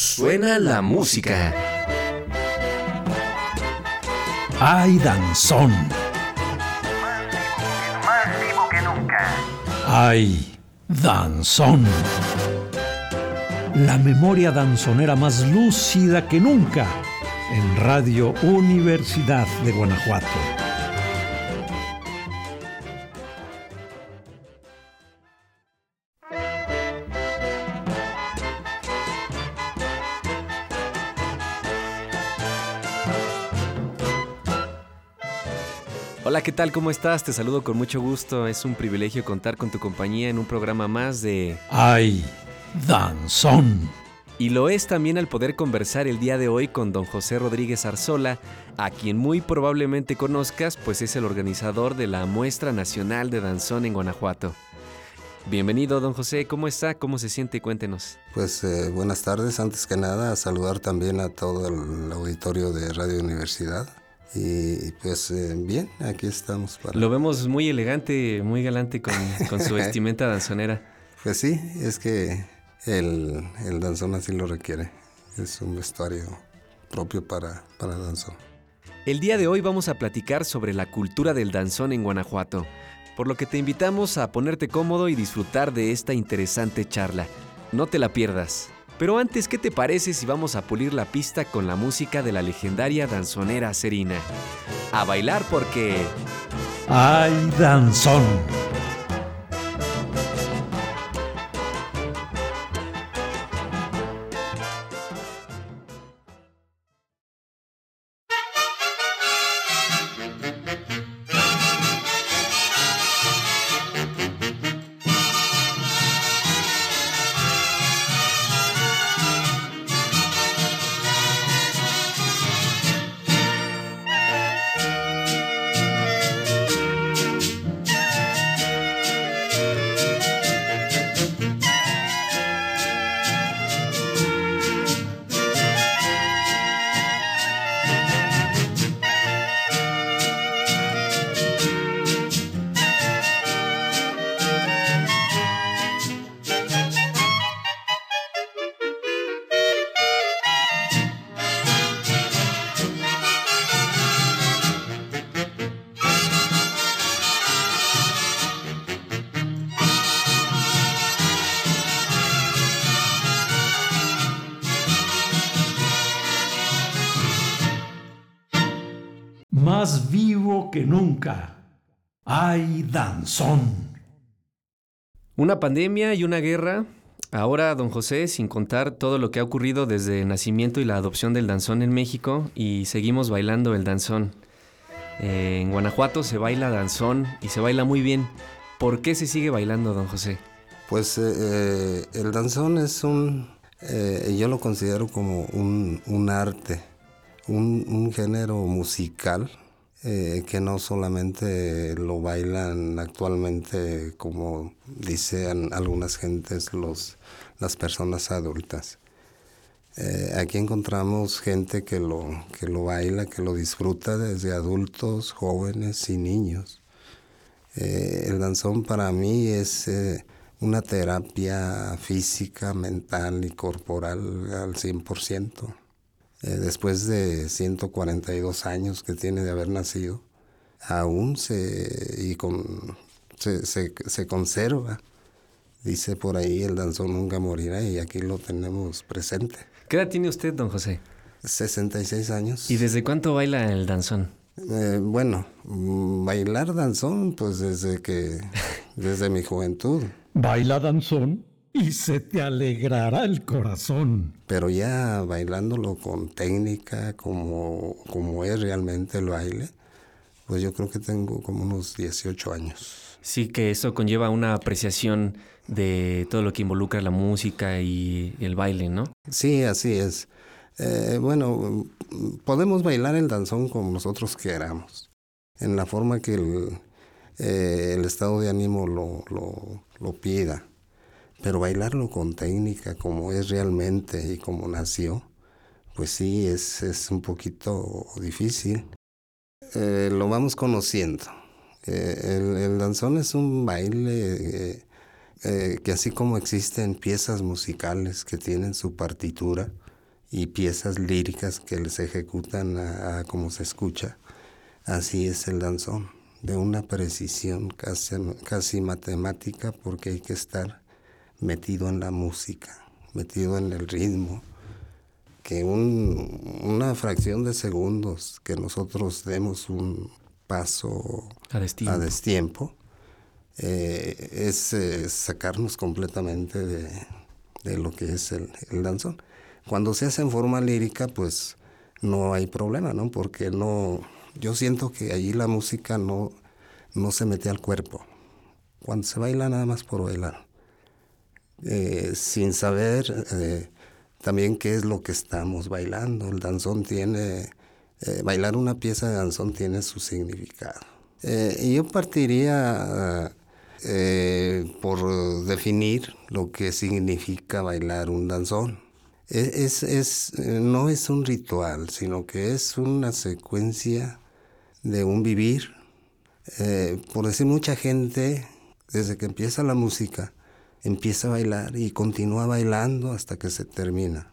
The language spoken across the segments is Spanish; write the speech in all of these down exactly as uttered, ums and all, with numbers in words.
Suena la música. ¡Ay, danzón! Más vivo que nunca. ¡Ay, danzón! La memoria danzonera más lúcida que nunca en Radio Universidad de Guanajuato. Hola, ¿qué tal? ¿Cómo estás? Te saludo con mucho gusto. Es un privilegio contar con tu compañía en un programa más de... ¡Ay, danzón! Y lo es también al poder conversar el día de hoy con don José Rodríguez Arzola, a quien muy probablemente conozcas, pues es el organizador de la Muestra Nacional de Danzón en Guanajuato. Bienvenido, don José. ¿Cómo está? ¿Cómo se siente? Cuéntenos. Pues eh, buenas tardes. Antes que nada, a saludar también a todo el auditorio de Radio Universidad. Y pues eh, bien, aquí estamos para... Lo vemos muy elegante, muy galante con, con su vestimenta danzonera. Pues sí, es que el, el danzón así lo requiere. Es un vestuario propio para, para danzón. El día de hoy vamos a platicar sobre la cultura del danzón en Guanajuato, por lo que te invitamos a ponerte cómodo y disfrutar de esta interesante charla. No te la pierdas. Pero antes, ¿qué te parece si vamos a pulir la pista con la música de la legendaria danzonera Serina? A bailar porque... ¡Ay, danzón! Más vivo que nunca. ¡Ay, danzón! Una pandemia y una guerra. Ahora, don José, sin contar todo lo que ha ocurrido desde el nacimiento y la adopción del danzón en México, y seguimos bailando el danzón. Eh, en Guanajuato se baila danzón y se baila muy bien. ¿Por qué se sigue bailando, don José? Pues eh, eh, el danzón es un... Eh, yo lo considero como un, un arte, un, un género musical eh, que no solamente lo bailan actualmente, como dicen algunas gentes, los, las personas adultas. Eh, aquí encontramos gente que lo, que lo baila, que lo disfruta desde adultos, jóvenes y niños. Eh, el danzón para mí es eh, una terapia física, mental y corporal al cien por ciento. Eh, después de ciento cuarenta y dos años que tiene de haber nacido, aún se, y con, se, se, se conserva. Dice por ahí, el danzón nunca morirá, y aquí lo tenemos presente. ¿Qué edad tiene usted, don José? sesenta y seis años. ¿Y desde cuánto baila el danzón? Eh, bueno, bailar danzón, pues desde que, desde mi juventud. Baila danzón y se te alegrará el corazón. Pero ya bailándolo con técnica, como, como es realmente el baile, pues yo creo que tengo como unos dieciocho años. Sí, que eso conlleva una apreciación de todo lo que involucra la música y el baile, ¿no? Sí, así es. Eh, bueno, podemos bailar el danzón como nosotros queramos, en la forma que el, eh, el estado de ánimo lo, lo, lo pida. Pero bailarlo con técnica, como es realmente y como nació, pues sí, es, es un poquito difícil. Eh, lo vamos conociendo. Eh, el, el danzón es un baile eh, eh, que así como existen piezas musicales que tienen su partitura, y piezas líricas que se ejecutan a, a como se escucha. Así es el danzón, de una precisión casi, casi matemática, porque hay que estar metido en la música, metido en el ritmo, que un, una fracción de segundos que nosotros demos un paso a destiempo, a destiempo eh, es eh, sacarnos completamente de, de lo que es el, el danzón. Cuando se hace en forma lírica, pues no hay problema, ¿no? Porque no, yo siento que allí la música no, no se mete al cuerpo. Cuando se baila nada más por bailar, eh, sin saber eh, también qué es lo que estamos bailando. El danzón tiene, eh, bailar una pieza de danzón tiene su significado. Eh, y yo partiría eh, por definir lo que significa bailar un danzón. Es, es, no es un ritual, sino que es una secuencia de un vivir. Eh, por decir, mucha gente, desde que empieza la música, empieza a bailar y continúa bailando hasta que se termina.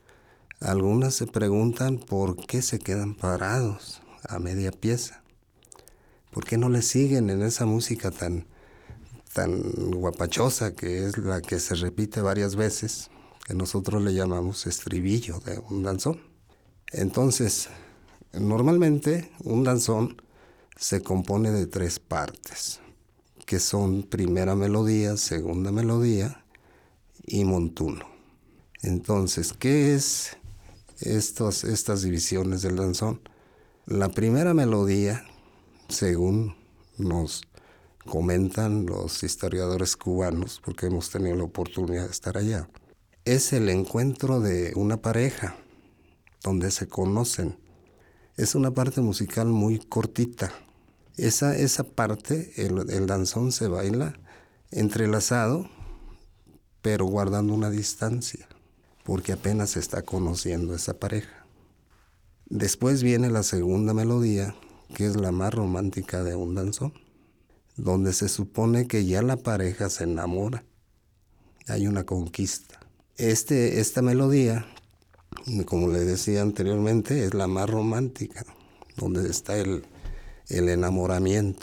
Algunas se preguntan por qué se quedan parados a media pieza. ¿Por qué no le siguen en esa música tan, tan guapachosa, que es la que se repite varias veces, que nosotros le llamamos estribillo de un danzón? Entonces, normalmente un danzón se compone de tres partes, que son primera melodía, segunda melodía y montuno. Entonces, ¿qué es estos, estas divisiones del danzón? La primera melodía, según nos comentan los historiadores cubanos, porque hemos tenido la oportunidad de estar allá, es el encuentro de una pareja, donde se conocen. Es una parte musical muy cortita. Esa, esa parte, el, el danzón se baila entrelazado, pero guardando una distancia, porque apenas se está conociendo esa pareja. Después viene la segunda melodía, que es la más romántica de un danzón, donde se supone que ya la pareja se enamora, hay una conquista. Este, esta melodía, como le decía anteriormente, es la más romántica, donde está el, el enamoramiento.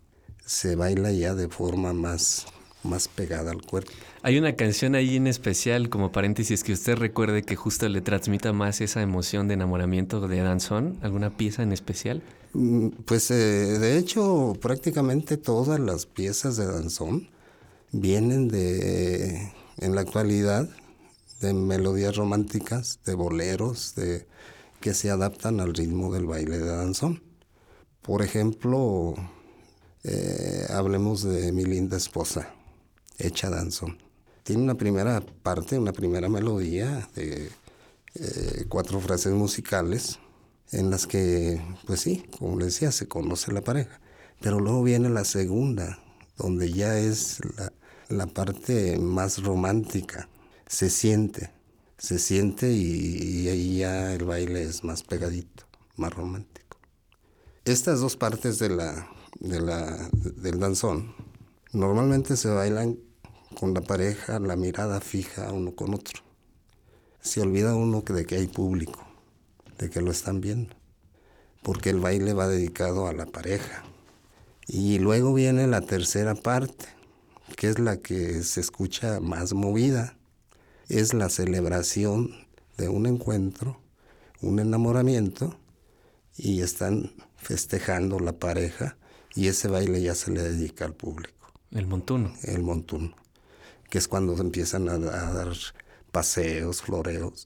Se baila ya de forma más, más pegada al cuerpo. Hay una canción ahí en especial, como paréntesis, que usted recuerde que justo le transmita más esa emoción de enamoramiento de danzón. ¿Alguna pieza en especial? Pues eh, de hecho, prácticamente todas las piezas de danzón vienen de, en la actualidad, de melodías románticas, de boleros, de, que se adaptan al ritmo del baile de danzón. Por ejemplo, eh, hablemos de Mi linda esposa, hecha danzón. Tiene una primera parte, una primera melodía de eh, cuatro frases musicales en las que, pues sí, como les decía, se conoce la pareja. Pero luego viene la segunda, donde ya es la, la parte más romántica. Se siente, se siente y, y ahí ya el baile es más pegadito, más romántico. Estas dos partes de la, de la, del danzón normalmente se bailan con la pareja, la mirada fija uno con otro. Se olvida uno de que hay público, de que lo están viendo, porque el baile va dedicado a la pareja. Y luego viene la tercera parte, que es la que se escucha más movida. Es la celebración de un encuentro, un enamoramiento, y están festejando la pareja, y ese baile ya se le dedica al público. El montuno. El montuno, que es cuando empiezan a, a dar paseos, floreos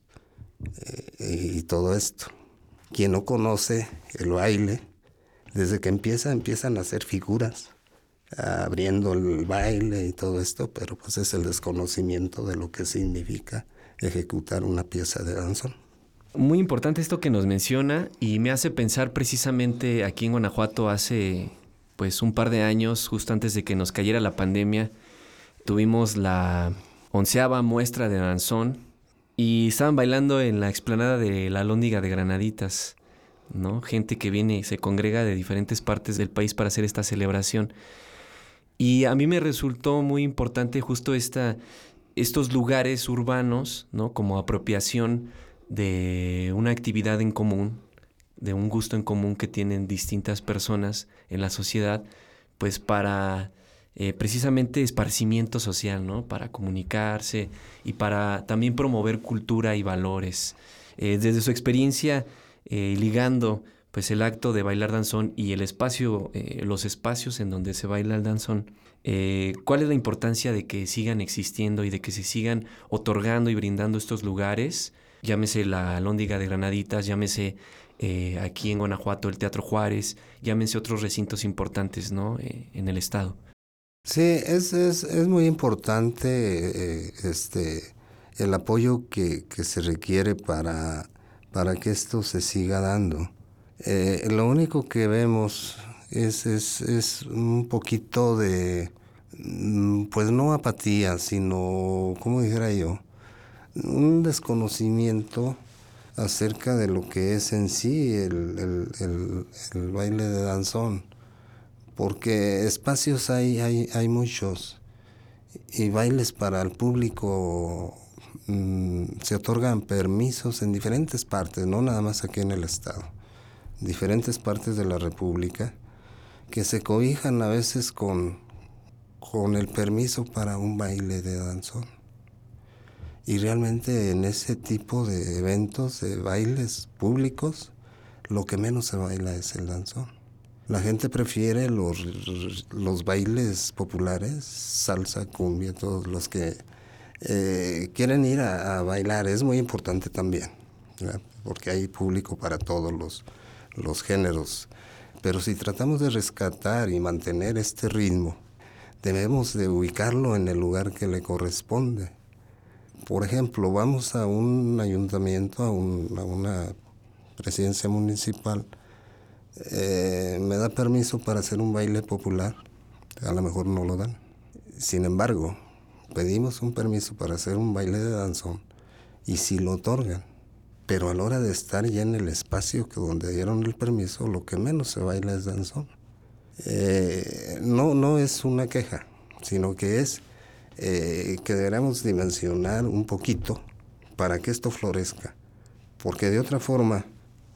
eh, y todo esto. Quien no conoce el baile, desde que empieza, empiezan a hacer figuras, abriendo el baile y todo esto, pero pues es el desconocimiento de lo que significa ejecutar una pieza de danzón. Muy importante esto que nos menciona y me hace pensar precisamente aquí en Guanajuato hace pues un par de años, justo antes de que nos cayera la pandemia, tuvimos la onceava muestra de danzón y estaban bailando en la explanada de la Alhóndiga de Granaditas, ¿no? Gente que viene y se congrega de diferentes partes del país para hacer esta celebración. Y a mí me resultó muy importante justo esta, estos lugares urbanos, ¿no? Como apropiación de una actividad en común, de un gusto en común que tienen distintas personas en la sociedad, pues para eh, precisamente esparcimiento social, ¿no? Para comunicarse y para también promover cultura y valores. Eh, desde su experiencia, eh, ligando pues el acto de bailar danzón y el espacio, eh, los espacios en donde se baila el danzón, eh, ¿cuál es la importancia de que sigan existiendo y de que se sigan otorgando y brindando estos lugares? Llámese la Alhóndiga de Granaditas, llámese eh, aquí en Guanajuato el Teatro Juárez, llámense otros recintos importantes, ¿no? Eh, en el estado. Sí, es, es, es muy importante eh, este, el apoyo que, que se requiere para, para que esto se siga dando. Eh, lo único que vemos es, es, es un poquito de, pues no apatía, sino, ¿cómo dijera yo? Un desconocimiento acerca de lo que es en sí el, el, el, el baile de danzón. Porque espacios hay, hay, hay muchos y bailes para el público mmm, se otorgan permisos en diferentes partes, no nada más aquí en el estado, diferentes partes de la República que se cobijan a veces con, con el permiso para un baile de danzón. Y realmente en ese tipo de eventos, de bailes públicos, lo que menos se baila es el danzón. La gente prefiere los, los bailes populares, salsa, cumbia, todos los que eh, quieren ir a, a bailar. Es muy importante también, ¿verdad? Porque hay público para todos los, los géneros. Pero si tratamos de rescatar y mantener este ritmo, debemos de ubicarlo en el lugar que le corresponde. Por ejemplo, vamos a un ayuntamiento, a, un, a una presidencia municipal, Eh, me da permiso para hacer un baile popular, a lo mejor no lo dan. Sin embargo, pedimos un permiso para hacer un baile de danzón y sí lo otorgan. Pero a la hora de estar ya en el espacio que donde dieron el permiso, lo que menos se baila es danzón. Eh, no, no es una queja, sino que es eh, que deberíamos dimensionar un poquito para que esto florezca. Porque de otra forma,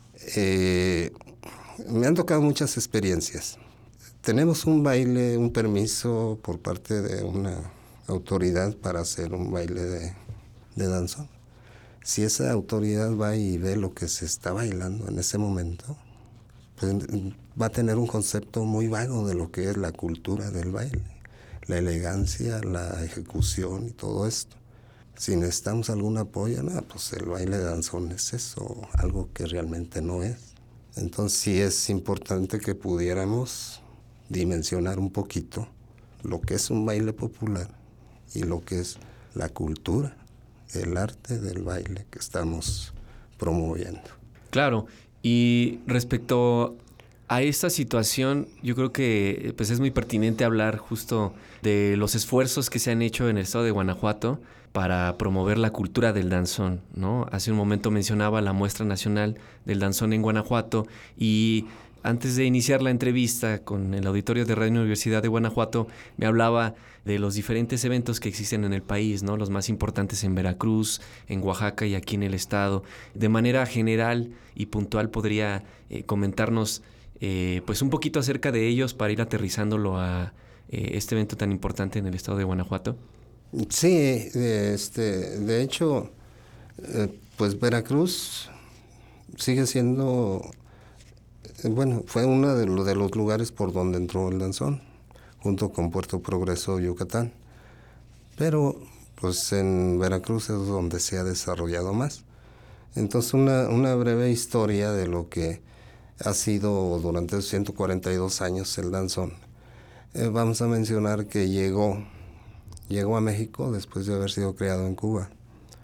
eh, me han tocado muchas experiencias. Tenemos un baile, un permiso por parte de una autoridad para hacer un baile de, de danzón. Si esa autoridad va y ve lo que se está bailando en ese momento, pues va a tener un concepto muy vago de lo que es la cultura del baile, la elegancia, la ejecución y todo esto. Si necesitamos algún apoyo, no, pues el baile de danzón es eso, algo que realmente no es. Entonces sí es importante que pudiéramos dimensionar un poquito lo que es un baile popular y lo que es la cultura, el arte del baile que estamos promoviendo. Claro, y respecto a esta situación, yo creo que pues, es muy pertinente hablar justo de los esfuerzos que se han hecho en el estado de Guanajuato para promover la cultura del danzón, ¿no? Hace un momento mencionaba la muestra nacional del danzón en Guanajuato y antes de iniciar la entrevista con el auditorio de Radio Universidad de Guanajuato me hablaba de los diferentes eventos que existen en el país, ¿no? Los más importantes en Veracruz, en Oaxaca y aquí en el estado. De manera general y puntual podría eh, comentarnos eh, pues un poquito acerca de ellos para ir aterrizándolo a eh, este evento tan importante en el estado de Guanajuato. Sí, este, de hecho, eh, pues Veracruz sigue siendo, eh, bueno, fue uno de, lo, de los lugares por donde entró el danzón, junto con Puerto Progreso, Yucatán. Pero, pues en Veracruz es donde se ha desarrollado más. Entonces, una, una breve historia de lo que ha sido durante esos ciento cuarenta y dos años el danzón. Eh, vamos a mencionar que llegó... Llegó a México después de haber sido creado en Cuba.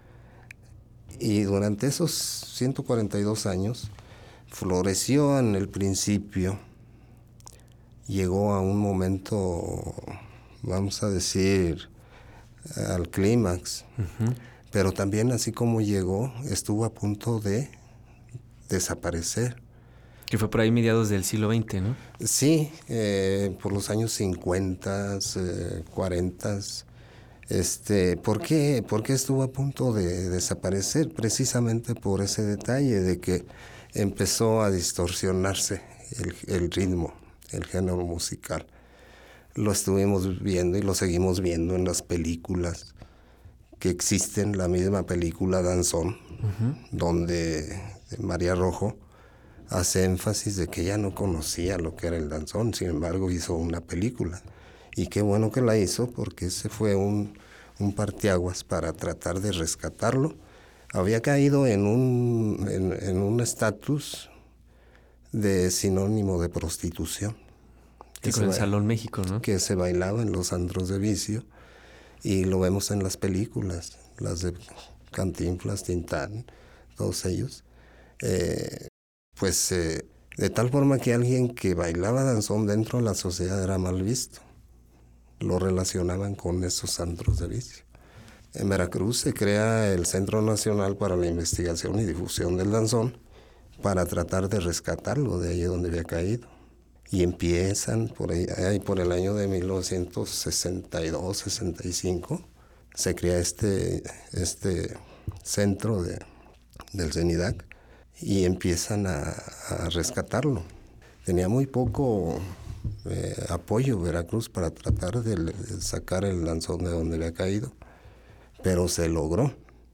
Y durante esos ciento cuarenta y dos años floreció en el principio. Llegó a un momento, vamos a decir, al clímax. Uh-huh. Pero también así como llegó, estuvo a punto de desaparecer. Que fue por ahí mediados del siglo veinte, ¿no? Sí, eh, por los años cincuenta, cuarenta. Este, ¿por qué, por qué estuvo a punto de desaparecer? Precisamente por ese detalle de que empezó a distorsionarse el, el ritmo, el género musical. Lo estuvimos viendo y lo seguimos viendo en las películas que existen, la misma película Danzón, uh-huh. donde María Rojo hace énfasis de que ella no conocía lo que era el danzón, sin embargo hizo una película. Y qué bueno que la hizo, porque ese fue un, un parteaguas para tratar de rescatarlo. Había caído en un en, en un estatus de sinónimo de prostitución. Que con el Salón México, ¿no? Que se bailaba en los antros de vicio, y lo vemos en las películas, las de Cantinflas, Tintán, todos ellos. Eh, pues eh, de tal forma que alguien que bailaba danzón dentro de la sociedad era mal visto. Lo relacionaban con esos antros de vicio. En Veracruz se crea el Centro Nacional para la Investigación y Difusión del Danzón para tratar de rescatarlo de ahí donde había caído. Y empiezan por ahí, ahí por el año de mil novecientos sesenta y dos, sesenta y cinco, se crea este, este centro de, del CENIDAC y empiezan a, a rescatarlo. Tenía muy poco eh, apoyo Veracruz para tratar de, de sacar el danzón de donde había caído, pero se logró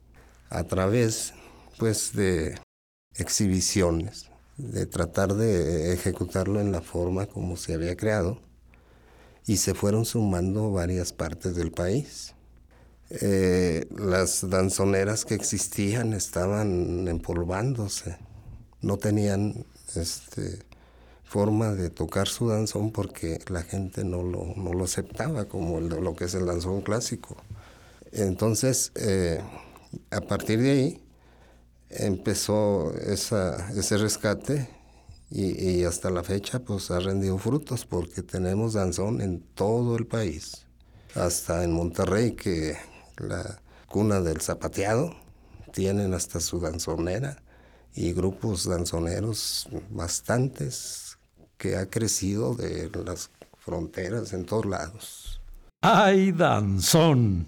a través pues de exhibiciones, de tratar de ejecutarlo en la forma como se había creado, y se fueron sumando varias partes del país. Eh, las danzoneras que existían estaban empolvándose, no tenían este, forma de tocar su danzón porque la gente no lo, no lo aceptaba como el, lo que es el danzón clásico. Entonces, eh, a partir de ahí, empezó esa, ese rescate y, y hasta la fecha pues ha rendido frutos porque tenemos danzón en todo el país. Hasta en Monterrey, que la cuna del zapateado, tienen hasta su danzonera y grupos danzoneros bastantes que ha crecido de las fronteras en todos lados. ¡Ay, danzón!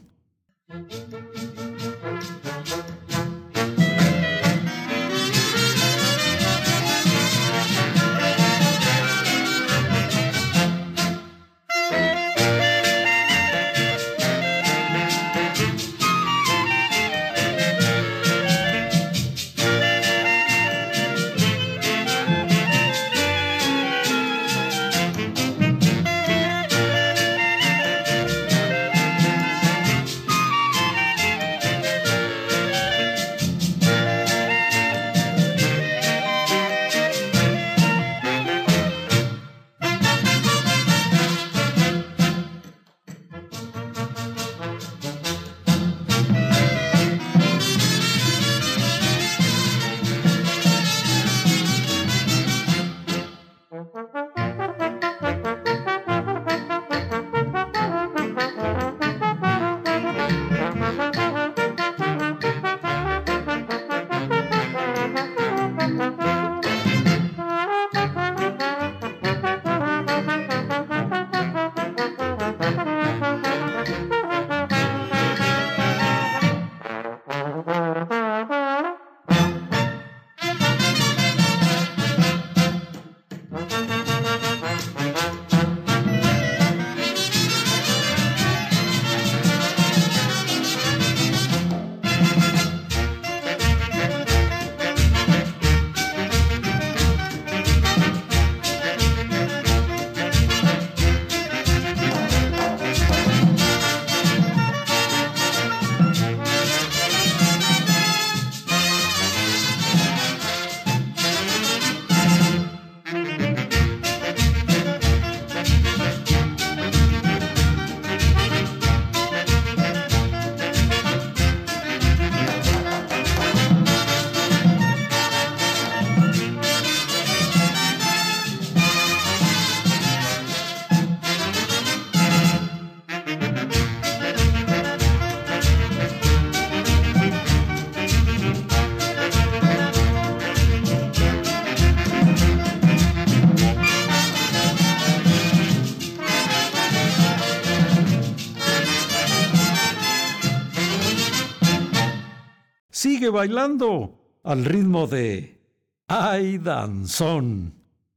sigue bailando al ritmo de ¡Ay, danzón!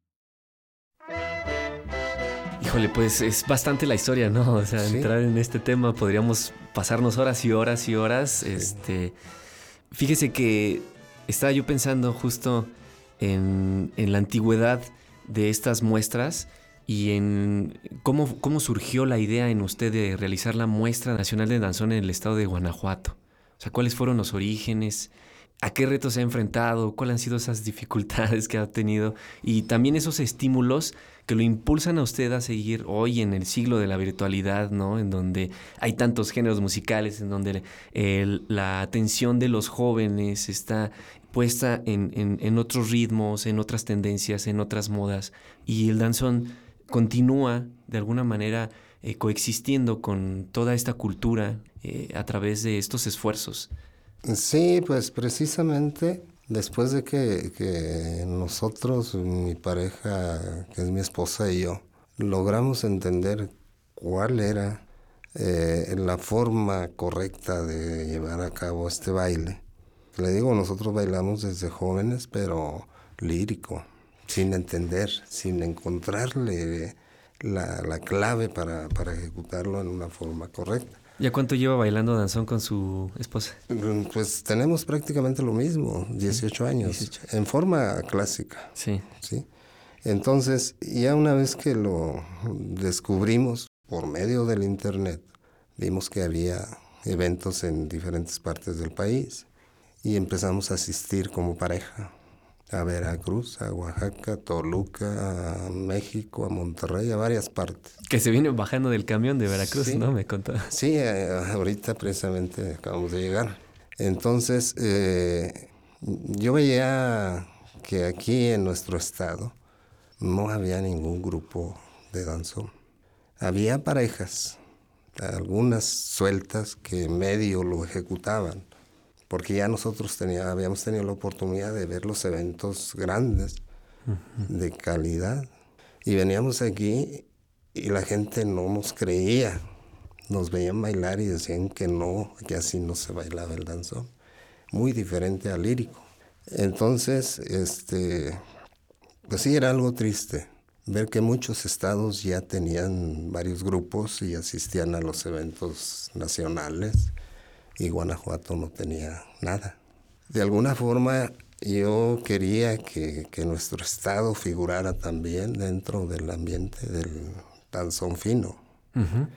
Híjole, pues es bastante la historia, ¿no? O sea, Sí. entrar en este tema podríamos pasarnos horas y horas y horas. Sí. Este, fíjese que estaba yo pensando justo en, en la antigüedad de estas muestras y en cómo, cómo surgió la idea en usted de realizar la muestra nacional de danzón en el estado de Guanajuato. O sea, ¿cuáles fueron los orígenes? ¿A qué retos se ha enfrentado? ¿Cuáles han sido esas dificultades que ha tenido? Y también esos estímulos que lo impulsan a usted a seguir hoy en el siglo de la virtualidad, ¿no? En donde hay tantos géneros musicales, en donde el, la atención de los jóvenes está puesta en, en, en otros ritmos, en otras tendencias, en otras modas. Y el danzón continúa, de alguna manera, eh, coexistiendo con toda esta cultura eh, a través de estos esfuerzos. Sí, pues precisamente después de que, que nosotros, mi pareja, que es mi esposa y yo, logramos entender cuál era eh, la forma correcta de llevar a cabo este baile. Le digo, nosotros bailamos desde jóvenes, pero lírico, sin entender, sin encontrarle la, la clave para, para ejecutarlo en una forma correcta. ¿Ya cuánto lleva bailando danzón con su esposa? Pues tenemos prácticamente lo mismo, dieciocho años, dieciocho. en forma clásica, Sí. ¿sí? Entonces, ya una vez que lo descubrimos por medio del internet, vimos que había eventos en diferentes partes del país y empezamos a asistir como pareja a Veracruz, a Oaxaca, a Toluca, a México, a Monterrey, a varias partes. Que se viene bajando del camión de Veracruz, Sí. ¿no? Me contó. Sí, eh, ahorita precisamente acabamos de llegar. Entonces, eh, yo veía que aquí en nuestro estado no había ningún grupo de danzón. Había parejas, algunas sueltas que medio lo ejecutaban, porque ya nosotros tenía, habíamos tenido la oportunidad de ver los eventos grandes, uh-huh, de calidad. Y veníamos aquí y la gente no nos creía. Nos veían bailar y decían que no, que así no se bailaba el danzón. Muy diferente al lírico. Entonces, este, pues sí, era algo triste ver que muchos estados ya tenían varios grupos y asistían a los eventos nacionales y Guanajuato no tenía nada. De alguna forma, yo quería que, que nuestro estado figurara también dentro del ambiente del danzón fino. Uh-huh.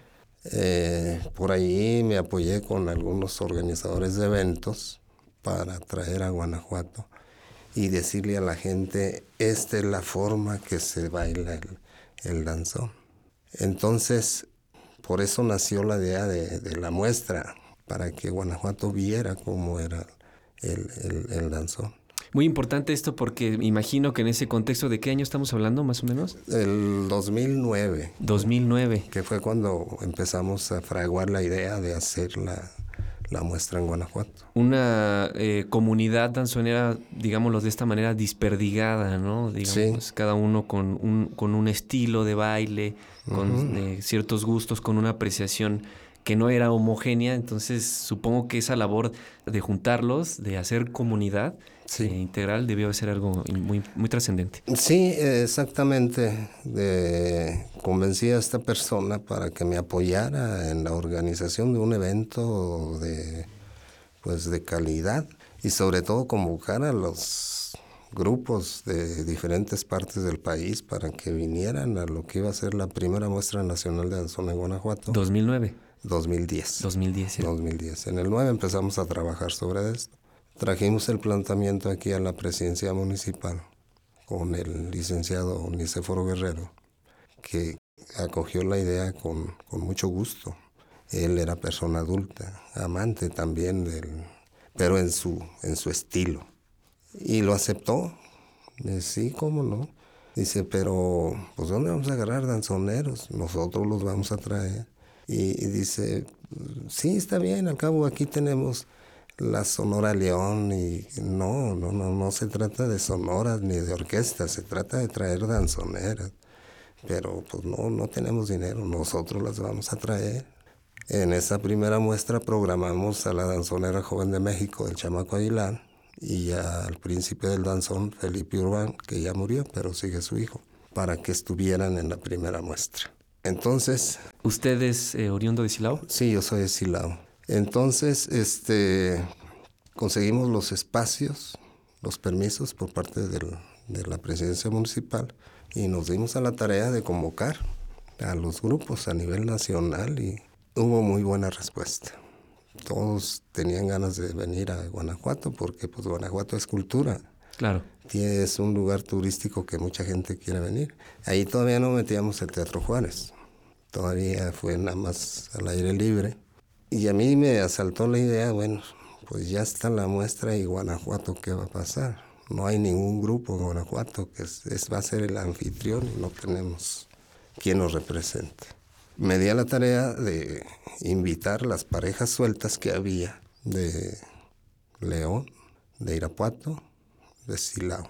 Eh, por ahí me apoyé con algunos organizadores de eventos para traer a Guanajuato y decirle a la gente, esta es la forma que se baila el, el danzón. Entonces, por eso nació la idea de, de la muestra, para que Guanajuato viera cómo era el, el, el danzón. Muy importante esto porque imagino que en ese contexto, ¿de qué año estamos hablando más o menos? El dos mil nueve. dos mil nueve. Que fue cuando empezamos a fraguar la idea de hacer la, la muestra en Guanajuato. Una eh, comunidad danzonera, digámoslo de esta manera, desperdigada, ¿no? Digamos, sí. Cada uno con un, con un estilo de baile, con uh-huh, eh, ciertos gustos, con una apreciación que no era homogénea. Entonces supongo que esa labor de juntarlos, de hacer comunidad, sí, eh, integral, debió ser algo muy, muy trascendente. Sí, exactamente. De, convencí a esta persona para que me apoyara en la organización de un evento de, pues, de calidad y sobre todo convocar a los grupos de diferentes partes del país para que vinieran a lo que iba a ser la primera muestra nacional de danzón en Guanajuato. dos mil nueve. dos mil diez. dos mil diez, sí. dos mil diez. En el nueve empezamos a trabajar sobre esto. Trajimos el planteamiento aquí a la presidencia municipal con el licenciado Nicéforo Guerrero, que acogió la idea con, con mucho gusto. Él era persona adulta, amante también del, pero en su, en su estilo. Y lo aceptó. Dice, sí, cómo no. Dice, pero pues ¿dónde vamos a agarrar danzoneros? Nosotros los vamos a traer. Y, y dice, sí, está bien, al cabo aquí tenemos la Sonora León y no, no, no, no se trata de sonoras ni de orquestas, se trata de traer danzoneras. Pero pues no, no tenemos dinero, nosotros las vamos a traer. En esa primera muestra programamos a la danzonera joven de México, el Chamaco Aguilar, y al príncipe del danzón, Felipe Urbán, que ya murió, pero sigue su hijo, para que estuvieran en la primera muestra. Entonces... ¿Usted es eh, oriundo de Silao? Sí, yo soy de Silao. Entonces, este, conseguimos los espacios, los permisos por parte del, de la presidencia municipal y nos dimos a la tarea de convocar a los grupos a nivel nacional y hubo muy buena respuesta. Todos tenían ganas de venir a Guanajuato porque pues Guanajuato es cultura. Claro. Es un lugar turístico que mucha gente quiere venir. Ahí todavía no metíamos el Teatro Juárez. Todavía fue nada más al aire libre. Y a mí me asaltó la idea, bueno, pues ya está la muestra y Guanajuato, ¿qué va a pasar? No hay ningún grupo en Guanajuato que es, es, va a ser el anfitrión y no tenemos quien nos represente. Me di a la tarea de invitar las parejas sueltas que había de León, de Irapuato, de Silao,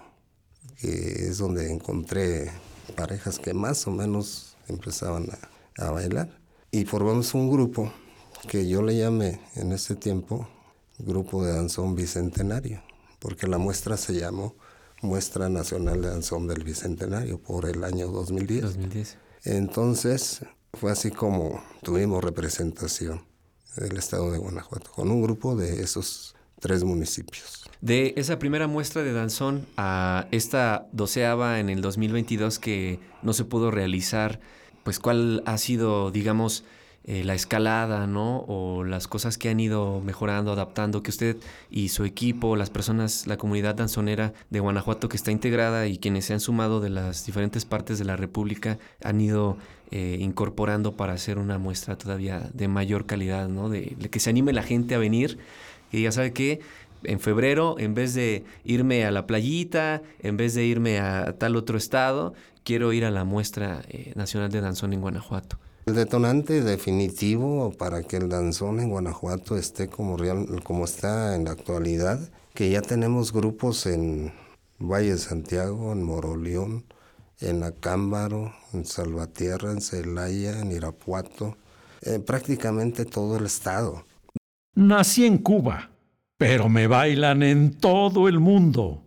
que es donde encontré parejas que más o menos empezaban a, a bailar. Y formamos un grupo que yo le llamé en ese tiempo Grupo de Danzón Bicentenario, porque la muestra se llamó Muestra Nacional de Danzón del Bicentenario por el año dos mil diez. dos mil diez. Entonces fue así como tuvimos representación del estado de Guanajuato, con un grupo de esos tres municipios. De esa primera muestra de danzón a esta doceava en el dos mil veintidós que no se pudo realizar, pues ¿cuál ha sido, digamos, eh, la escalada, ¿no? O las cosas que han ido mejorando, adaptando, que usted y su equipo, las personas, la comunidad danzonera de Guanajuato que está integrada y quienes se han sumado de las diferentes partes de la República han ido eh, incorporando para hacer una muestra todavía de mayor calidad, ¿no? De, de que se anime la gente a venir y ya sabe que en febrero, en vez de irme a la playita, en vez de irme a tal otro estado, quiero ir a la muestra eh, nacional de danzón en Guanajuato. El detonante definitivo para que el danzón en Guanajuato esté como, real, como está en la actualidad, que ya tenemos grupos en Valle de Santiago, en Moroleón, en Acámbaro, en Salvatierra, en Celaya, en Irapuato, eh, prácticamente todo el estado. Nací en Cuba, pero me bailan en todo el mundo.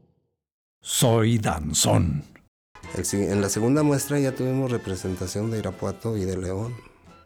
Soy danzón. El, en la segunda muestra ya tuvimos representación de Irapuato y de León.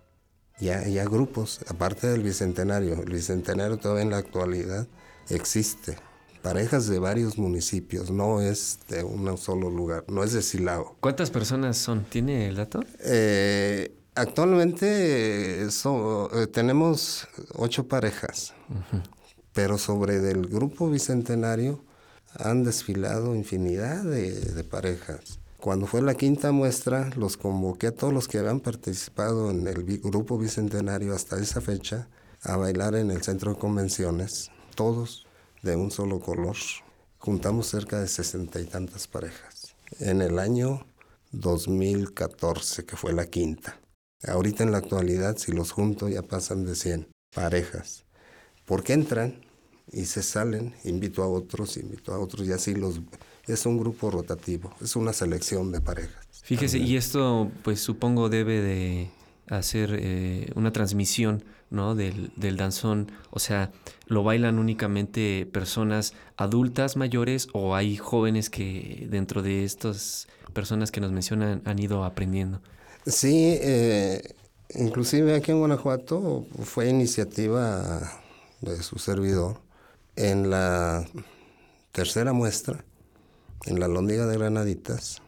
Ya, ya grupos, aparte del Bicentenario. El Bicentenario todavía en la actualidad existe. Parejas de varios municipios, no es de un solo lugar, no es de Silao. ¿Cuántas personas son? ¿Tiene el dato? Eh, actualmente so, eh, tenemos ocho parejas, uh-huh. Pero sobre del grupo Bicentenario han desfilado infinidad de, de parejas. Cuando fue la quinta muestra, los convoqué a todos los que habían participado en el bi- grupo Bicentenario hasta esa fecha a bailar en el centro de convenciones, todos de un solo color. Juntamos cerca de sesenta y tantas parejas. En el año dos mil catorce, que fue la quinta. Ahorita en la actualidad, si los junto, ya pasan de cien parejas. Porque entran y se salen, invito a otros, invito a otros, y así los... Es un grupo rotativo, es una selección de parejas. Fíjese, también. Y esto, pues supongo debe de hacer eh, una transmisión, ¿no? Del, del danzón. O sea, ¿lo bailan únicamente personas adultas mayores o hay jóvenes que dentro de estas personas que nos mencionan han ido aprendiendo? Sí, eh, inclusive aquí en Guanajuato fue iniciativa de su servidor. En la tercera muestra, en la Lóndiga de Granaditas,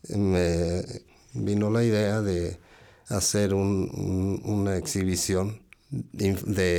me vino la idea de hacer un, un, una exhibición de,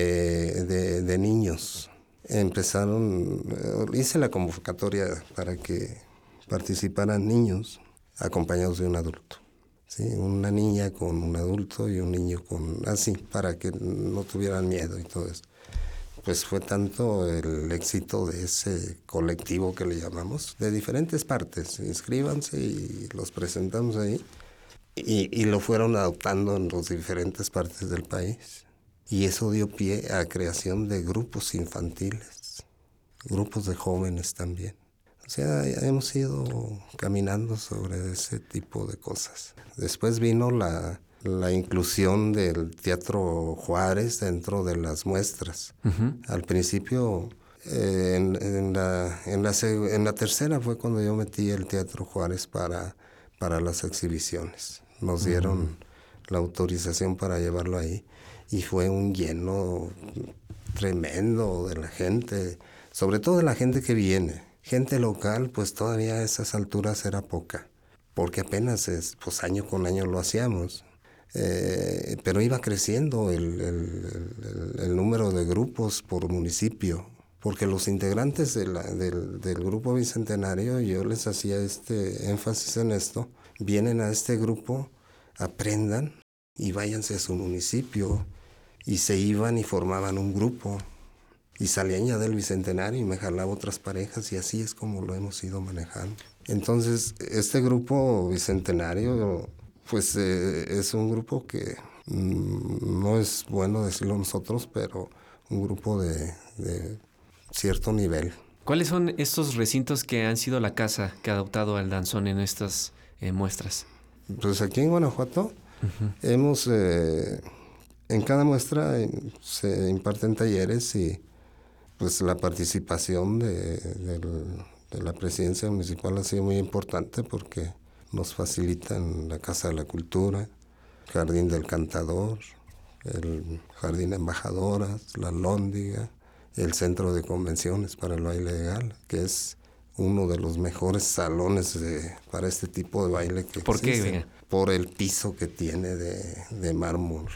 de, de niños. Empezaron, hice la convocatoria para que participaran niños acompañados de un adulto. ¿Sí? Una niña con un adulto y un niño con... así, para que no tuvieran miedo y todo eso. Pues fue tanto el éxito de ese colectivo que le llamamos, de diferentes partes. Inscríbanse y los presentamos ahí. Y, y lo fueron adoptando en las diferentes partes del país. Y eso dio pie a creación de grupos infantiles, grupos de jóvenes también. O sea, hemos ido caminando sobre ese tipo de cosas. Después vino la, la inclusión del Teatro Juárez dentro de las muestras. Ujú. Al principio, eh, en, en, la, en, la, seg- en la tercera fue cuando yo metí el Teatro Juárez para, para las exhibiciones. Nos dieron la autorización para llevarlo ahí y fue un lleno tremendo de la gente, sobre todo de la gente que viene. Gente local, pues todavía a esas alturas era poca, porque apenas es, pues año con año lo hacíamos. Eh, pero iba creciendo el, el- el- el número de grupos por municipio, porque los integrantes de la- del, del grupo bicentenario, yo les hacía este énfasis en esto, vienen a este grupo, aprendan y váyanse a su municipio, y se iban y formaban un grupo, y salían ya del bicentenario y me jalaba otras parejas, y así es como lo hemos ido manejando. Entonces, este grupo bicentenario, pues eh, es un grupo que mm, no es bueno decirlo nosotros, pero un grupo de, de cierto nivel. ¿Cuáles son estos recintos que han sido la casa que ha adoptado al danzón en estas eh, muestras? Pues aquí en Guanajuato hemos, eh, en cada muestra eh, se imparten talleres y pues la participación de, del- de la presidencia municipal ha sido muy importante porque nos facilitan la Casa de la Cultura, Jardín del Cantador, el Jardín de Embajadoras, la Lóndiga, el Centro de Convenciones para el baile de gala, que es uno de los mejores salones de- para este tipo de baile que ¿Por qué, existe, oiga? por el piso que tiene de, de mármol.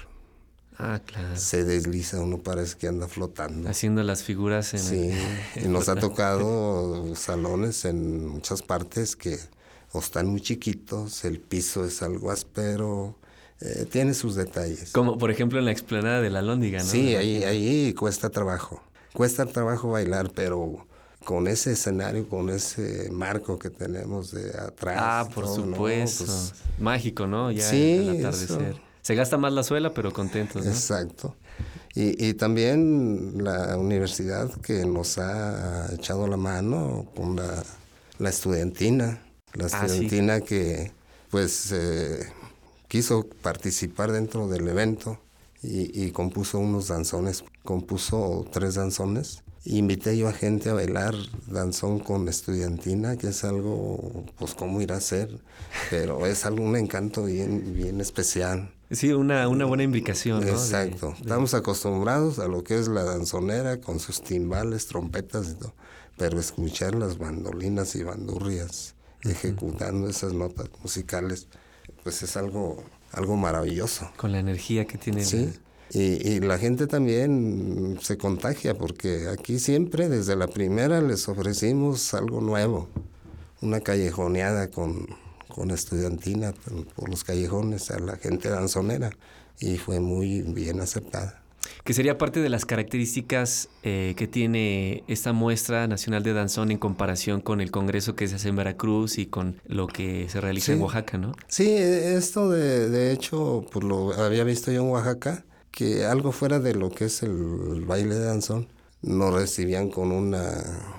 Ah, claro. Se desliza, uno parece que anda flotando. Haciendo las figuras en Sí, el... y nos ha tocado salones en muchas partes que o están muy chiquitos, el piso es algo áspero, eh, tiene sus detalles. Como por ejemplo en la explanada de la Lóndiga, ¿no? Sí, Me ahí, imagino. ahí cuesta trabajo, cuesta trabajo bailar, pero con ese escenario, con ese marco que tenemos de atrás. Ah, por todo, ¿no? supuesto. Pues, Mágico, ¿no? Ya Sí, al atardecer. eso. Se gasta más la suela, pero contentos, ¿no? Exacto. Y, y también la universidad que nos ha echado la mano con la, la estudiantina. La Ah, sí. estudiantina que pues eh, quiso participar dentro del evento y, y compuso unos danzones. Compuso tres danzones. Invité yo a gente a bailar danzón con estudiantina, que es algo, pues cómo irá a ser, pero es algo, un encanto bien, bien especial. Sí, una, una buena imbricación, ¿no? De- Exacto. de- Estamos acostumbrados a lo que es la danzonera con sus timbales, trompetas y todo, pero escuchar las bandolinas y bandurrias ejecutando esas notas musicales, pues es algo, algo maravilloso. Con la energía que tiene. Sí. Y, y la gente también se contagia porque aquí siempre desde la primera les ofrecimos algo nuevo, una callejoneada con, con estudiantina por, por los callejones a la gente danzonera y fue muy bien aceptada. Que sería parte de las características eh, que tiene esta muestra nacional de danzón en comparación con el congreso que se hace en Veracruz y con lo que se realiza Sí. en Oaxaca, ¿no? Sí, esto de, de hecho, pues lo había visto yo en Oaxaca, que algo fuera de lo que es el baile de danzón, nos recibían con una,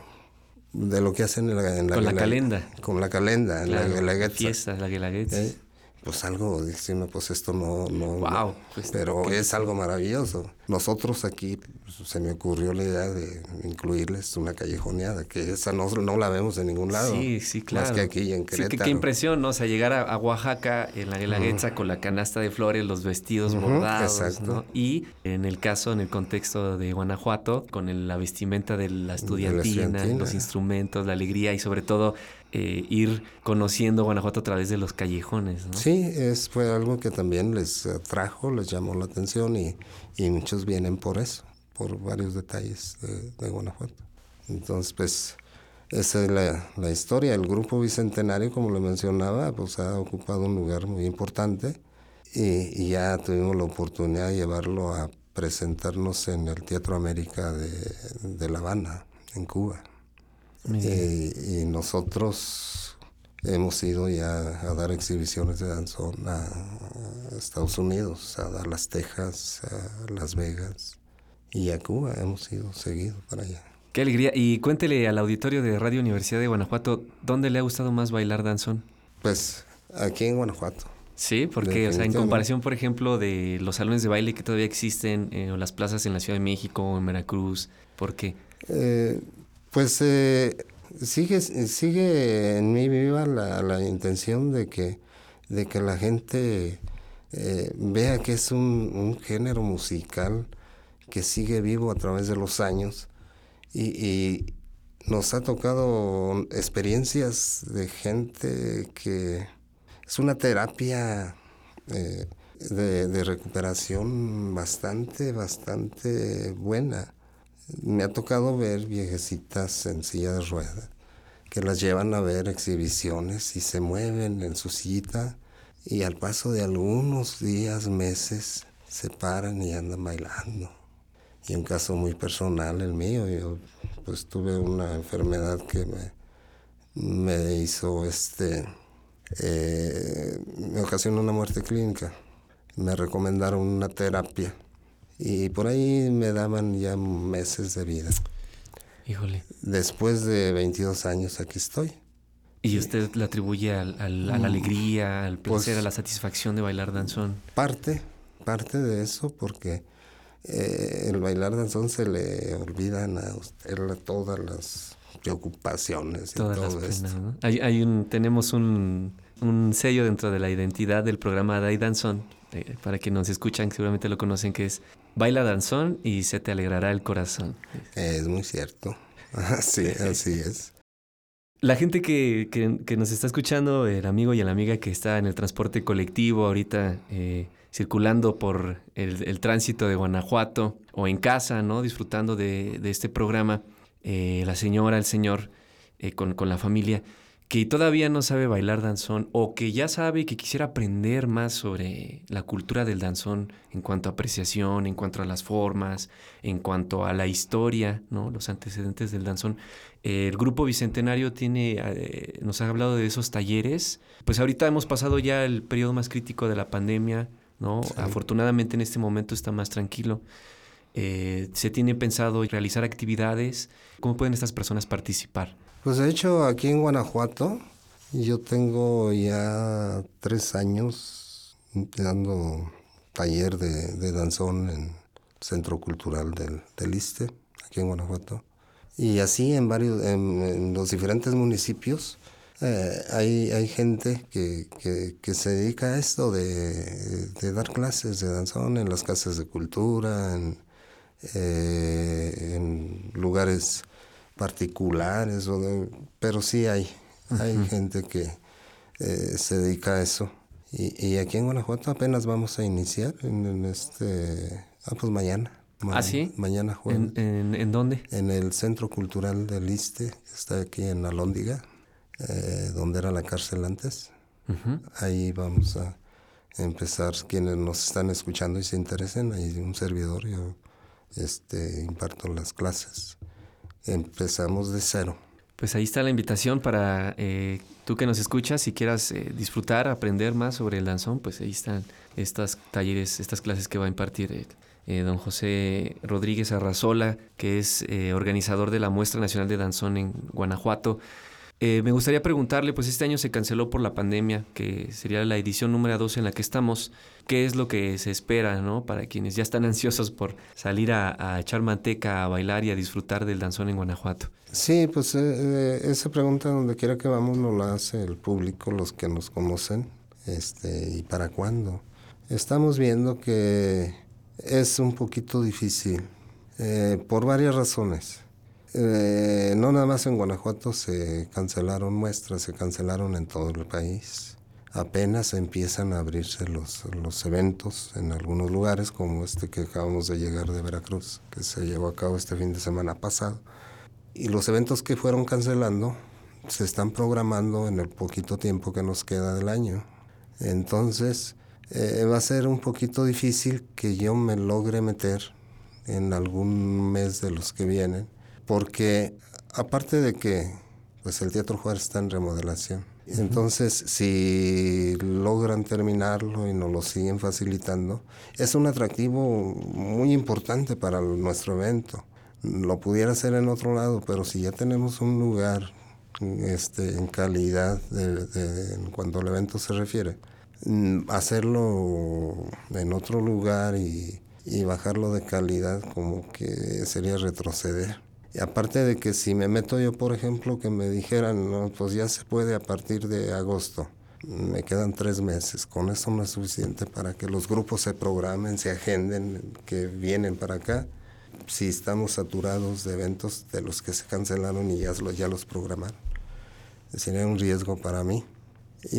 de lo que hacen en la, en Con la guela- calenda. Con la calenda, en la Claro, guelaguetza. fiestas, la Guelaguetza. ¿Eh? Pues algo, diciendo, pues esto no, no, Guau, no. pues, pero qué- es algo maravilloso. Nosotros aquí pues, se me ocurrió la idea de incluirles una callejoneada, que esa no, no la vemos en ningún lado. Sí, sí, claro. Más que aquí en Sí, Querétaro. qué, qué impresión, ¿no? O sea, llegar a, a Oaxaca en la Guelaguetza con la canasta de flores, los vestidos Ujú, bordados, exacto. ¿no? Y en el caso, en el contexto de Guanajuato, con el- la vestimenta de la estudiantina, estudiantina. los instrumentos, la alegría y sobre todo eh, ir conociendo Guanajuato a través de los callejones, ¿no? Sí, es, fue algo que también les atrajo, les llamó la atención y, y muchos vienen por eso, por varios detalles de, de Guanajuato. Entonces, pues, esa es la, la historia. El Grupo Bicentenario, como le mencionaba, pues ha ocupado un lugar muy importante y, y ya tuvimos la oportunidad de llevarlo a presentarnos en el Teatro América de, de La Habana, en Cuba. Muy bien. Eh, y nosotros hemos ido ya a dar exhibiciones de danzón a, a Estados Unidos, a Dallas, Texas, a Las Vegas y a Cuba. Hemos ido seguido para allá. Qué alegría. Y cuéntele al auditorio de Radio Universidad de Guanajuato, ¿dónde le ha gustado más bailar danzón? Pues aquí en Guanajuato. Sí, porque, o sea, en Definitivamente. comparación, por ejemplo, de los salones de baile que todavía existen, eh, o las plazas en la Ciudad de México o en Veracruz, ¿por qué? Eh, pues eh, sigue, sigue en mí viva la, la intención de que, de que la gente eh, vea que es un, un género musical que sigue vivo a través de los años y, y nos ha tocado experiencias de gente que es una terapia eh, de, de recuperación bastante, bastante buena. Me ha tocado ver viejecitas en silla de ruedas que las llevan a ver exhibiciones y se mueven en su sillita y al paso de algunos días, meses, se paran y andan bailando. Y un caso muy personal, el mío, yo pues tuve una enfermedad que me, me hizo, este, eh, me ocasionó una muerte clínica. Me recomendaron una terapia y por ahí me daban ya meses de vida. Híjole. Después de veintidós años aquí estoy. ¿Y usted le atribuye al, al- a la alegría, al placer, Pues- a la satisfacción de bailar danzón? Parte, parte de eso porque eh, el bailar danzón se le olvidan a usted la- todas las preocupaciones y Todas las todo esto. penas, ¿no? Hay, hay un, tenemos un, un sello dentro de la identidad del programa Dai Danzón, eh, para quienes nos escuchan, seguramente lo conocen, que es Baila Danzón y se te alegrará el corazón. Es muy cierto. Así, así es. La gente que, que, que nos está escuchando, el amigo y la amiga que está en el transporte colectivo ahorita, eh, circulando por el, el tránsito de Guanajuato o en casa, ¿no? Disfrutando de, de este programa, eh, la señora, el señor, eh, con, con la familia, que todavía no sabe bailar danzón o que ya sabe y que quisiera aprender más sobre la cultura del danzón en cuanto a apreciación, en cuanto a las formas, en cuanto a la historia, ¿no? Los antecedentes del danzón. Eh, el Grupo Bicentenario tiene, eh, nos ha hablado de esos talleres. Pues ahorita hemos pasado ya el periodo más crítico de la pandemia, ¿no? Sí. Afortunadamente en este momento está más tranquilo. Eh, se tiene pensado realizar actividades. ¿Cómo pueden estas personas participar? Pues de hecho aquí en Guanajuato yo tengo ya tres años dando taller de, de danzón en el Centro Cultural del, del Iste, aquí en Guanajuato. Y así en varios, en, en los diferentes municipios eh, hay, hay gente que, que, que se dedica a esto de, de dar clases de danzón en las casas de cultura, en, eh, en lugares particulares, o de- pero sí hay, hay Ujú. gente que eh, se dedica a eso. Y, y aquí en Guanajuato apenas vamos a iniciar en, en este, ah, pues mañana. ma- ¿Ah, sí? Mañana jueves. ¿En, en, en dónde? En el Centro Cultural del Iste, que está aquí en Alhóndiga, eh, donde era la cárcel antes. Ujú. Ahí vamos a empezar, quienes nos están escuchando y se interesen, ahí un servidor, yo este, imparto las clases. Empezamos de cero. Pues ahí está la invitación para eh, tú que nos escuchas, si quieras eh, disfrutar, aprender más sobre el danzón, pues ahí están estas talleres, estas clases que va a impartir eh, eh, don José Rodríguez Arrazola, que es eh, organizador de la Muestra Nacional de Danzón en Guanajuato. Eh, me gustaría preguntarle, pues este año se canceló por la pandemia, que sería la edición número dos en la que estamos. ¿Qué es lo que se espera, ¿no? Para quienes ya están ansiosos por salir a, a echar manteca, a bailar y a disfrutar del danzón en Guanajuato? Sí, pues eh, eh, esa pregunta donde quiera que vamos nos la hace el público, los que nos conocen, este, ¿y para cuándo? Estamos viendo que es un poquito difícil, eh, por varias razones. Eh, no nada más en Guanajuato se cancelaron muestras, se cancelaron en todo el país. Apenas empiezan a abrirse los, los eventos en algunos lugares, como este que acabamos de llegar de Veracruz, que se llevó a cabo este fin de semana pasado. Y los eventos que fueron cancelando se están programando en el poquito tiempo que nos queda del año. Entonces, eh, va a ser un poquito difícil que yo me logre meter en algún mes de los que vienen, porque aparte de que pues el Teatro Juárez está en remodelación, entonces si logran terminarlo y nos lo siguen facilitando, es un atractivo muy importante para nuestro evento. Lo pudiera hacer en otro lado, pero si ya tenemos un lugar este, en calidad de, de, en cuanto al evento se refiere, mm, hacerlo en otro lugar y, y bajarlo de calidad como que sería retroceder. Y aparte de que si me meto yo, por ejemplo, que me dijeran, no, pues ya se puede a partir de agosto, me quedan tres meses, con eso no es suficiente para que los grupos se programen, se agenden, que vienen para acá. Si estamos saturados de eventos de los que se cancelaron y ya, ya los programaron, sería un riesgo para mí. Y,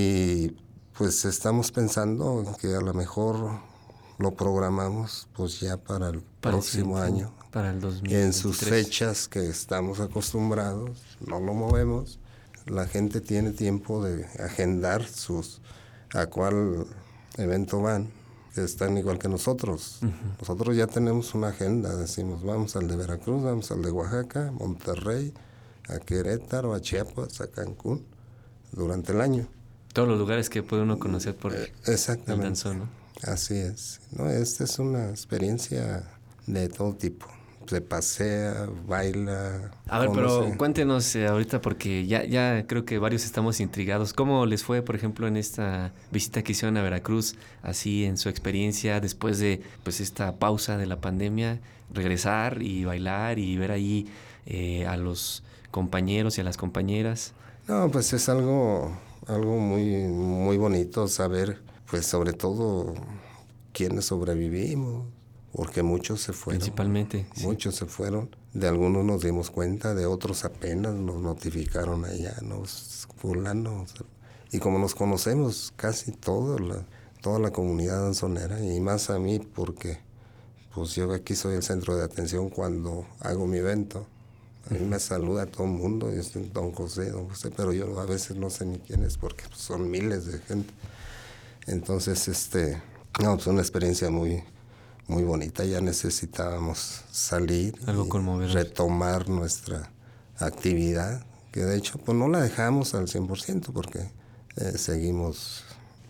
y pues estamos pensando que a lo mejor lo programamos pues ya para el Para el próximo siguiente, año. para el dos mil veintitrés. En sus fechas que estamos acostumbrados, no lo movemos. La gente tiene tiempo de agendar sus a cuál evento van, que están igual que nosotros. Uh-huh. Nosotros ya tenemos una agenda, decimos, vamos al de Veracruz, vamos al de Oaxaca, Monterrey, a Querétaro, a Chiapas, a Cancún, durante el año. Todos los lugares que puede uno conocer por eh, exactamente. el danzón, ¿no? Así es. No, esta es una experiencia de todo tipo. Se pasea, baila. A ver, conoce. Pero cuéntenos eh, ahorita, porque ya, ya creo que varios estamos intrigados. ¿Cómo les fue, por ejemplo, en esta visita que hicieron a Veracruz, así en su experiencia después de pues esta pausa de la pandemia, regresar y bailar y ver ahí eh, a los compañeros y a las compañeras? No, pues es algo, algo muy, muy bonito saber, pues sobre todo quiénes sobrevivimos. Porque muchos se fueron. Principalmente. Muchos sí. se fueron. De algunos nos dimos cuenta, de otros apenas nos notificaron allá, nos fulanos. Y como nos conocemos casi todo la, toda la comunidad danzonera, y más a mí porque pues yo aquí soy el centro de atención cuando hago mi evento. A mí uh-huh. me saluda todo el mundo, yo soy don José, don José, pero yo a veces no sé ni quién es porque son miles de gente. Entonces, este, no, pues una experiencia muy... muy bonita, ya necesitábamos salir Algo y retomar nuestra actividad, que de hecho pues no la dejamos al cien por ciento porque eh, seguimos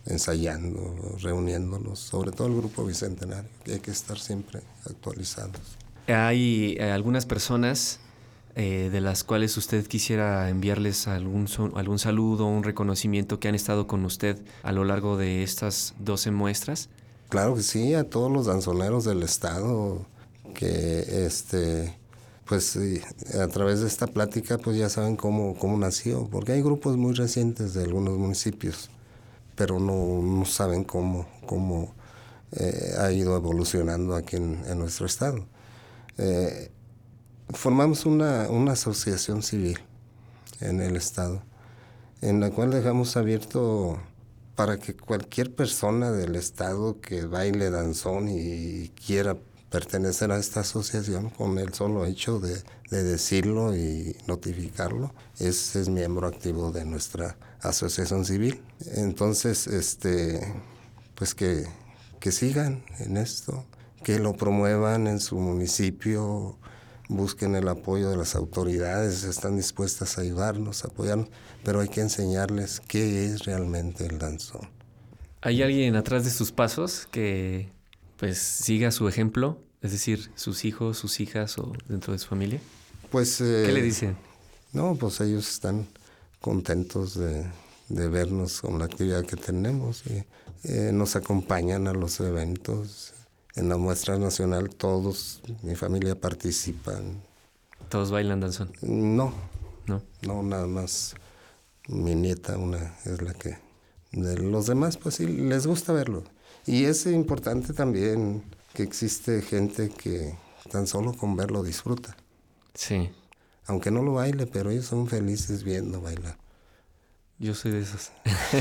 ensayando, reuniéndonos, sobre todo el grupo Bicentenario, que hay que estar siempre actualizados. Hay eh, algunas personas eh, de las cuales usted quisiera enviarles algún, algún saludo, un reconocimiento que han estado con usted a lo largo de estas doce muestras. Claro que sí, a todos los danzoneros del estado que este pues a través de esta plática pues ya saben cómo, cómo nació, porque hay grupos muy recientes de algunos municipios, pero no, no saben cómo, cómo eh, ha ido evolucionando aquí en, en nuestro estado. Eh, formamos una, una asociación civil en el estado, en la cual dejamos abierto para que cualquier persona del estado que baile danzón y quiera pertenecer a esta asociación, con el solo hecho de, de decirlo y notificarlo, es, es miembro activo de nuestra asociación civil. Entonces, este, pues que, que sigan en esto, que lo promuevan en su municipio, busquen el apoyo de las autoridades, están dispuestas a ayudarnos, a apoyarnos, pero hay que enseñarles qué es realmente el danzón. ¿Hay alguien atrás de sus pasos que pues siga su ejemplo? Es decir, sus hijos, sus hijas o dentro de su familia. Pues, eh, ¿qué le dicen? No, pues ellos están contentos de, de vernos con la actividad que tenemos y eh, nos acompañan a los eventos. En la muestra nacional todos, mi familia participan. ¿Todos bailan danzón? No, no, no, nada más mi nieta, una es la que... De los demás, pues sí, les gusta verlo. Y es importante también que existe gente que tan solo con verlo disfruta. Sí. Aunque no lo baile, pero ellos son felices viendo bailar. Yo soy de esos.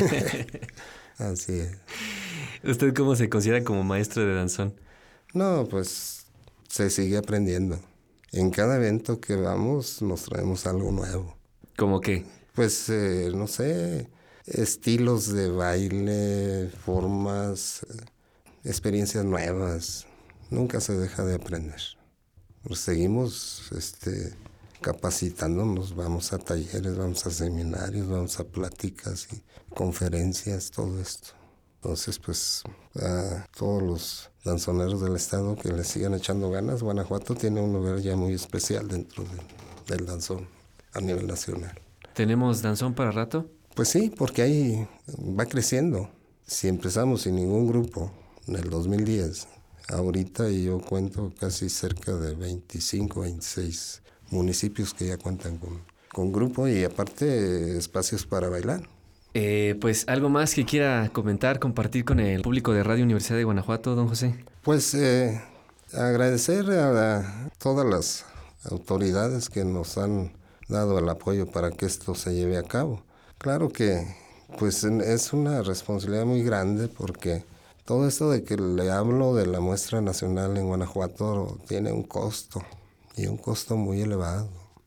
Así es. ¿Usted cómo se considera como maestro de danzón? No, pues se sigue aprendiendo. En cada evento que vamos nos traemos algo nuevo. ¿Cómo qué? Pues, eh, no sé, estilos de baile, formas, experiencias nuevas. Nunca se deja de aprender. Pues seguimos este, capacitándonos, vamos a talleres, vamos a seminarios, vamos a pláticas y conferencias, todo esto. Entonces, pues, a todos los danzoneros del estado que le sigan echando ganas, Guanajuato tiene un lugar ya muy especial dentro de, del danzón a nivel nacional. ¿Tenemos danzón para rato? Pues sí, porque ahí va creciendo. Si empezamos sin ningún grupo en el dos mil diez, ahorita yo cuento casi cerca de veinticinco, veintiséis municipios que ya cuentan con, con grupo y aparte espacios para bailar. Eh, pues algo más que quiera comentar, compartir con el público de Radio Universidad de Guanajuato, don José. Pues eh, agradecer a, a todas las autoridades que nos han dado el apoyo para que esto se lleve a cabo. Claro que pues es una responsabilidad muy grande porque todo esto de que le hablo de la muestra nacional en Guanajuato tiene un costo y un costo muy elevado.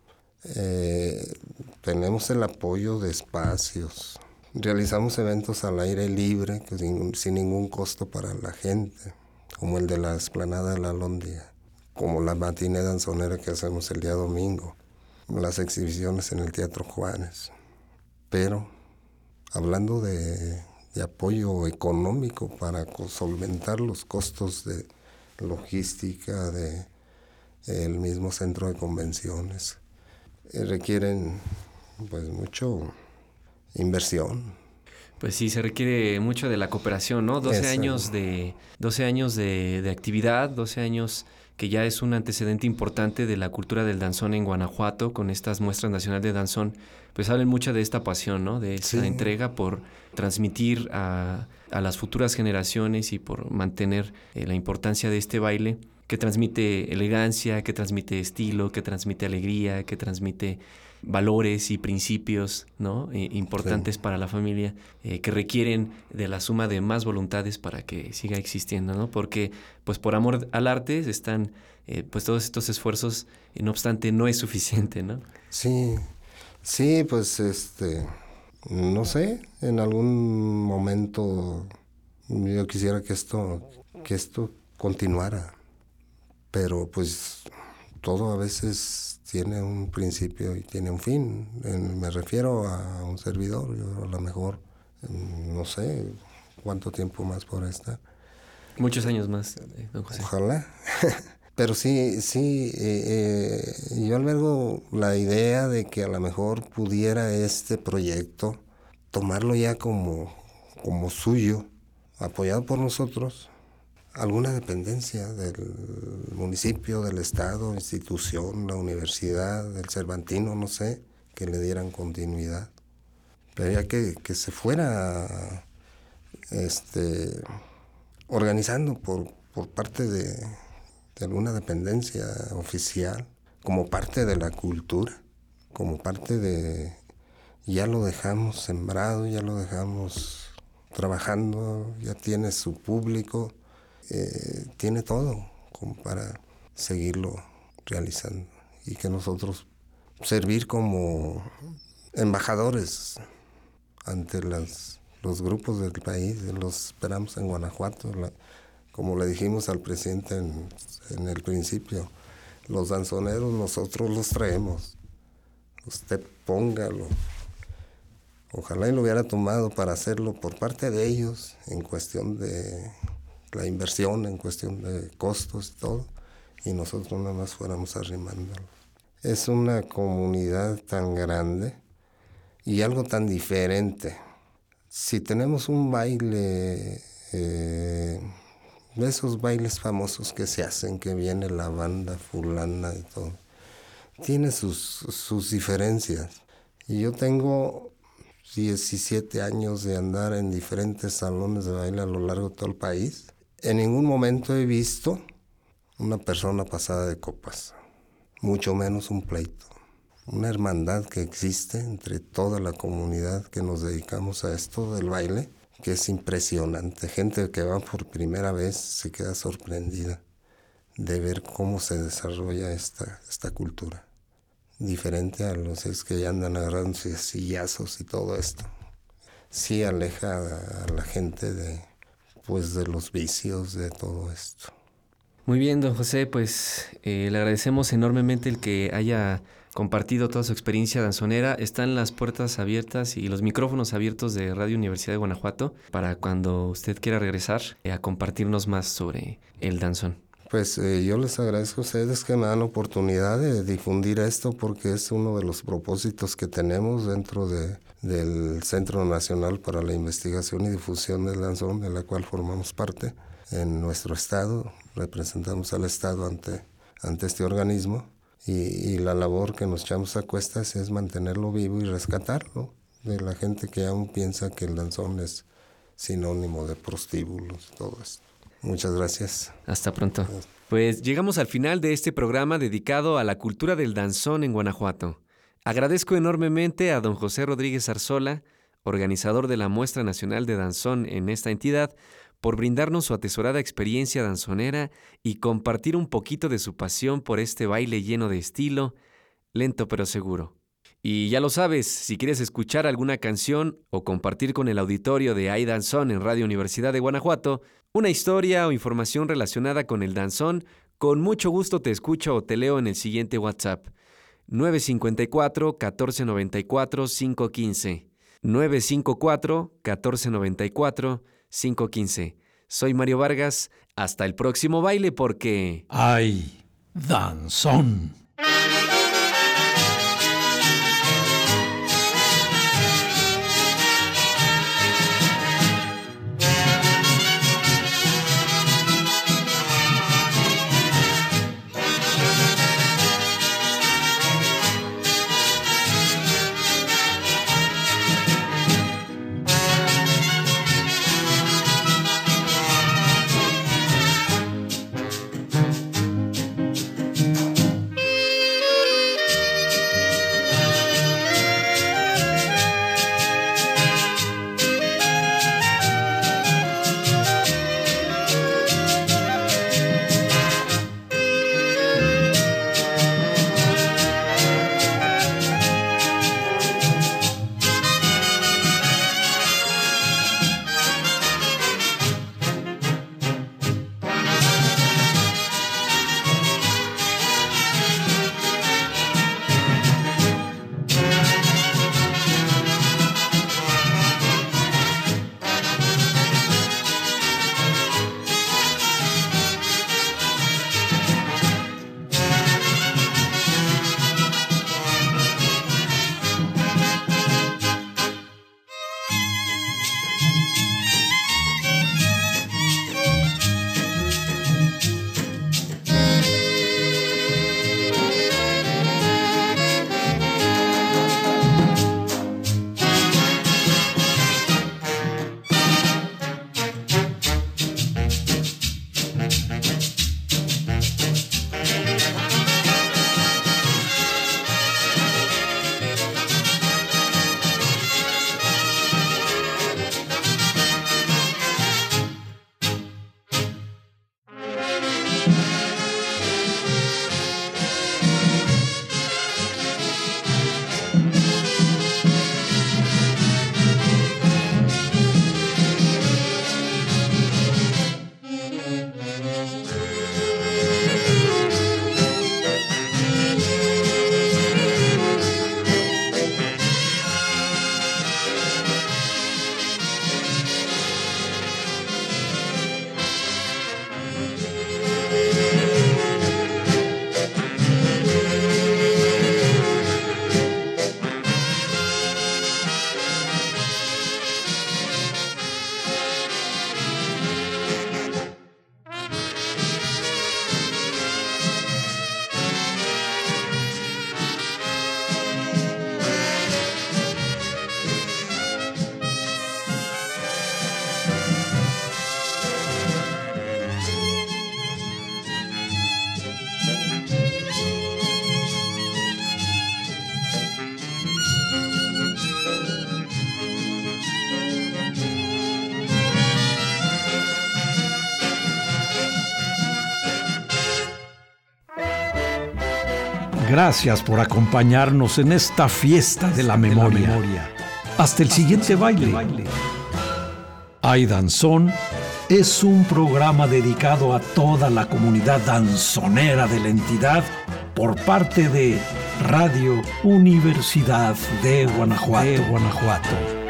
Eh, tenemos el apoyo de espacios. Realizamos eventos al aire libre que sin, sin ningún costo para la gente, como el de la Explanada de la Lóndiga, como la matiné danzonera que hacemos el día domingo, las exhibiciones en el Teatro Juárez. Pero hablando de, de apoyo económico para solventar los costos de logística de el mismo centro de convenciones, eh, requieren pues mucho inversión. Pues sí, se requiere mucho de la cooperación, ¿no? doce Eso. años de doce años de, de actividad, doce años que ya es un antecedente importante de la cultura del danzón en Guanajuato, con estas muestras nacionales de danzón, pues hablan mucho de esta pasión, ¿no? De esa Sí. entrega por transmitir a, a las futuras generaciones y por mantener eh, la importancia de este baile, que transmite elegancia, que transmite estilo, que transmite alegría, que transmite valores y principios, ¿no? Eh, importantes Sí. para la familia, eh, que requieren de la suma de más voluntades para que siga existiendo, ¿no? Porque, pues, por amor al arte están, eh, pues, todos estos esfuerzos, y no obstante, no es suficiente, ¿no? Sí, sí, pues este, no sé, en algún momento yo quisiera que esto, que esto continuara, pero pues todo a veces tiene un principio y tiene un fin. En- me refiero a un servidor, yo a lo mejor, mm, no sé cuánto tiempo más por estar. Muchos años más, eh, don José. Ojalá. Pero sí, sí, eh, eh, yo albergo la idea de que a lo mejor pudiera este proyecto tomarlo ya como, como suyo, apoyado por nosotros, alguna dependencia del municipio, del estado, institución, la universidad, del Cervantino, no sé, que le dieran continuidad. Pero ya que, que se fuera este, organizando por, por parte de, de alguna dependencia oficial, como parte de la cultura, como parte de... Ya lo dejamos sembrado, ya lo dejamos trabajando, ya tiene su público, eh, tiene todo como para seguirlo realizando y que nosotros servir como embajadores ante las, los grupos del país. Los esperamos en Guanajuato, la, como le dijimos al presidente en, en el principio, los danzoneros nosotros los traemos, usted póngalo. Ojalá y lo hubiera tomado para hacerlo por parte de ellos en cuestión de la inversión, en cuestión de costos y todo, y nosotros nada más fuéramos arrimándolo. Es una comunidad tan grande y algo tan diferente. Si tenemos un baile, eh, de esos bailes famosos que se hacen, que viene la banda fulana y todo, tiene sus, sus diferencias. Y yo tengo diecisiete años de andar en diferentes salones de baile a lo largo de todo el país. En ningún momento he visto una persona pasada de copas, mucho menos un pleito. Una hermandad que existe entre toda la comunidad que nos dedicamos a esto del baile, que es impresionante. Gente que va por primera vez se queda sorprendida de ver cómo se desarrolla esta, esta cultura. Diferente a los es que ya andan agarrando sillazos y todo esto. Sí aleja a, a la gente de, pues, de los vicios de todo esto. Muy bien, don José, pues eh, le agradecemos enormemente el que haya compartido toda su experiencia danzonera. Están las puertas abiertas y los micrófonos abiertos de Radio Universidad de Guanajuato para cuando usted quiera regresar eh, a compartirnos más sobre el danzón. Pues eh, yo les agradezco a ustedes que me dan oportunidad de difundir esto, porque es uno de los propósitos que tenemos dentro de, del Centro Nacional para la Investigación y Difusión del Danzón, de la cual formamos parte en nuestro estado. Representamos al estado ante, ante este organismo y, y la labor que nos echamos a cuestas es mantenerlo vivo y rescatarlo de la gente que aún piensa que el danzón es sinónimo de prostíbulos y todo esto. Muchas gracias. Hasta pronto. Pues llegamos al final de este programa dedicado a la cultura del danzón en Guanajuato. Agradezco enormemente a don José Rodríguez Arzola, organizador de la Muestra Nacional de Danzón en esta entidad, por brindarnos su atesorada experiencia danzonera y compartir un poquito de su pasión por este baile lleno de estilo, lento pero seguro. Y ya lo sabes, si quieres escuchar alguna canción o compartir con el auditorio de Hay Danzón en Radio Universidad de Guanajuato una historia o información relacionada con el danzón, con mucho gusto te escucho o te leo en el siguiente WhatsApp: nueve cinco cuatro, uno cuatro nueve cuatro, cinco uno cinco. nueve cinco cuatro, uno cuatro nueve cuatro, cinco uno cinco. Soy Mario Vargas. Hasta el próximo baile porque... ¡Ay, danzón! Gracias por acompañarnos en esta fiesta de la memoria. Hasta el siguiente baile. Hay Danzón es un programa dedicado a toda la comunidad danzonera de la entidad por parte de Radio Universidad de Guanajuato. De Guanajuato.